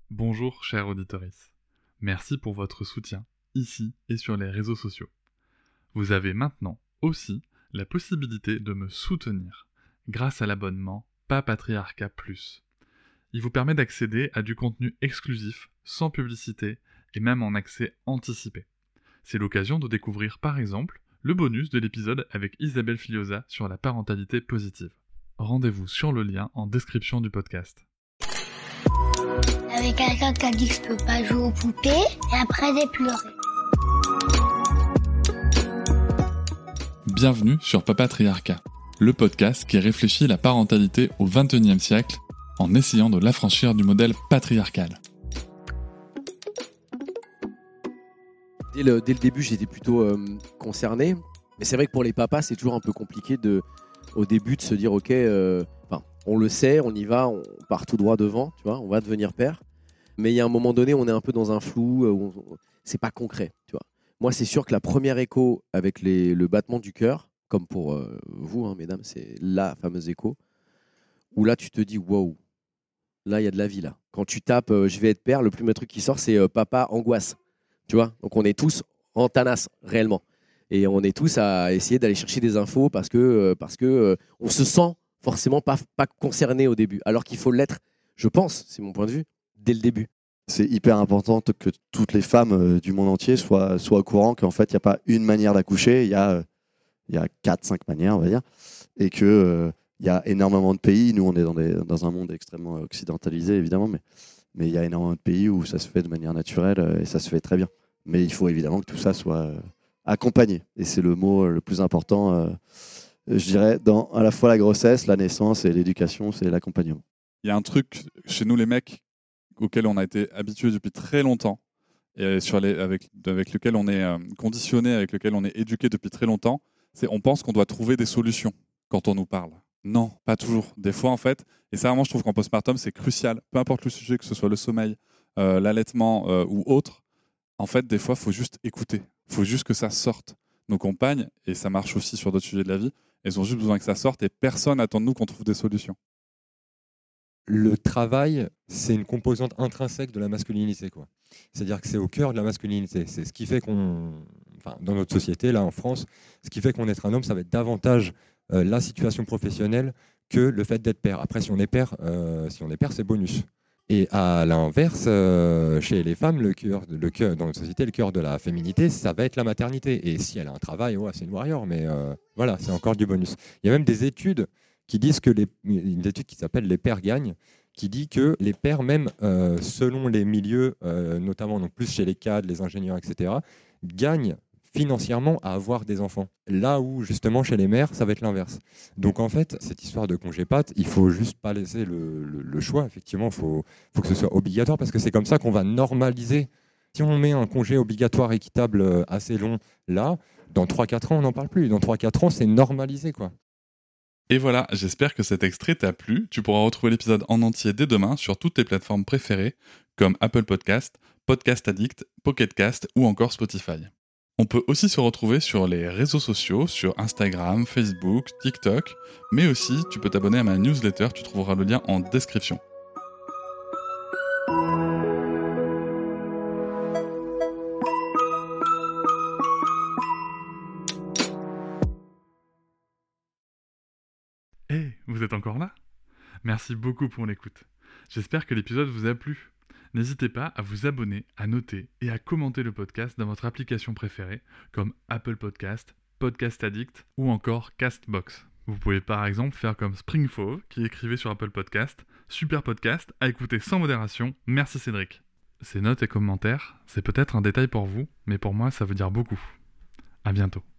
Bonjour chers auditeurs. Merci pour votre soutien, ici et sur les réseaux sociaux. Vous avez maintenant aussi la possibilité de me soutenir grâce à l'abonnement Papatriarcat Plus. Il vous permet d'accéder à du contenu exclusif, sans publicité et même en accès anticipé. C'est l'occasion de découvrir par exemple le bonus de l'épisode avec Isabelle Filiosa sur la parentalité positive. Rendez-vous sur le lien en description du podcast. Avec quelqu'un qui a dit que je peux pas jouer aux poupées et après j'ai pleuré. Bienvenue sur Papatriarcat, le podcast qui réfléchit la parentalité au XXIe siècle en essayant de l'affranchir du modèle patriarcal. Dès le début, j'étais plutôt concerné. Mais c'est vrai que pour les papas, c'est toujours un peu compliqué au début de se dire ok, on le sait, on y va, on part tout droit devant, tu vois, on va devenir père. Mais il y a un moment donné, on est un peu dans un flou, c'est pas concret, tu vois. Moi, c'est sûr que la première écho avec le battement du cœur, comme pour vous, mesdames, c'est la fameuse écho, où là, tu te dis waouh, là, il y a de la vie là. Quand tu tapes je vais être père, le premier truc qui sort, c'est papa angoisse, tu vois. Donc on est tous en tanasse réellement, et on est tous à essayer d'aller chercher des infos parce que on se sent forcément pas concerné au début, alors qu'il faut l'être, je pense, c'est mon point de vue, dès le début. C'est hyper important que toutes les femmes du monde entier soient au courant qu'en fait, il n'y a pas une manière d'accoucher, il y a 4-5 manières, on va dire, et qu'il y a énormément de pays. Nous, on est dans un monde extrêmement occidentalisé, évidemment, mais il y a énormément de pays où ça se fait de manière naturelle et ça se fait très bien. Mais il faut évidemment que tout ça soit accompagné. Et c'est le mot le plus important, je dirais, dans à la fois la grossesse, la naissance et l'éducation, c'est l'accompagnement. Il y a un truc chez nous les mecs auquel on a été habitués depuis très longtemps et avec lequel on est conditionné, avec lequel on est éduqué depuis très longtemps, c'est on pense qu'on doit trouver des solutions quand on nous parle. Non, pas toujours. Des fois, en fait, et ça vraiment, je trouve qu'en postpartum, c'est crucial. Peu importe le sujet, que ce soit le sommeil, l'allaitement ou autre, en fait, des fois, il faut juste écouter. Il faut juste que ça sorte. Nos compagnes, et ça marche aussi sur d'autres sujets de la vie, elles ont juste besoin que ça sorte et personne n'attend de nous qu'on trouve des solutions. Le travail, c'est une composante intrinsèque de la masculinité, quoi. C'est-à-dire que c'est au cœur de la masculinité. C'est ce qui fait dans notre société, là en France, ce qui fait qu'on est un homme, ça va être davantage la situation professionnelle que le fait d'être père. Après, si on est père, c'est bonus. Et à l'inverse, chez les femmes, le cœur dans notre société, le cœur de la féminité, ça va être la maternité. Et si elle a un travail, c'est une warrior, mais voilà, c'est encore du bonus. Il y a même des études qui disent une étude qui s'appelle Les pères gagnent, qui dit que les pères, même selon les milieux, notamment donc plus chez les cadres, les ingénieurs, etc., gagnent financièrement à avoir des enfants. Là où, justement, chez les mères, ça va être l'inverse. Donc, en fait, cette histoire de congé patte, il ne faut juste pas laisser le choix. Effectivement, il faut que ce soit obligatoire parce que c'est comme ça qu'on va normaliser. Si on met un congé obligatoire équitable assez long, là, dans 3-4 ans, on n'en parle plus. Dans 3-4 ans, c'est normalisé, quoi. Et voilà, j'espère que cet extrait t'a plu. Tu pourras retrouver l'épisode en entier dès demain sur toutes tes plateformes préférées, comme Apple Podcast, Podcast Addict, Pocket Cast ou encore Spotify. On peut aussi se retrouver sur les réseaux sociaux, sur Instagram, Facebook, TikTok, mais aussi tu peux t'abonner à ma newsletter, tu trouveras le lien en description. Hey, vous êtes encore là ? Merci beaucoup pour l'écoute. J'espère que l'épisode vous a plu. N'hésitez pas à vous abonner, à noter et à commenter le podcast dans votre application préférée, comme Apple Podcast, Podcast Addict ou encore Castbox. Vous pouvez par exemple faire comme Springfove qui écrivait sur Apple Podcast « Super podcast, à écouter sans modération, merci Cédric ». Ces notes et commentaires, c'est peut-être un détail pour vous, mais pour moi ça veut dire beaucoup. À bientôt.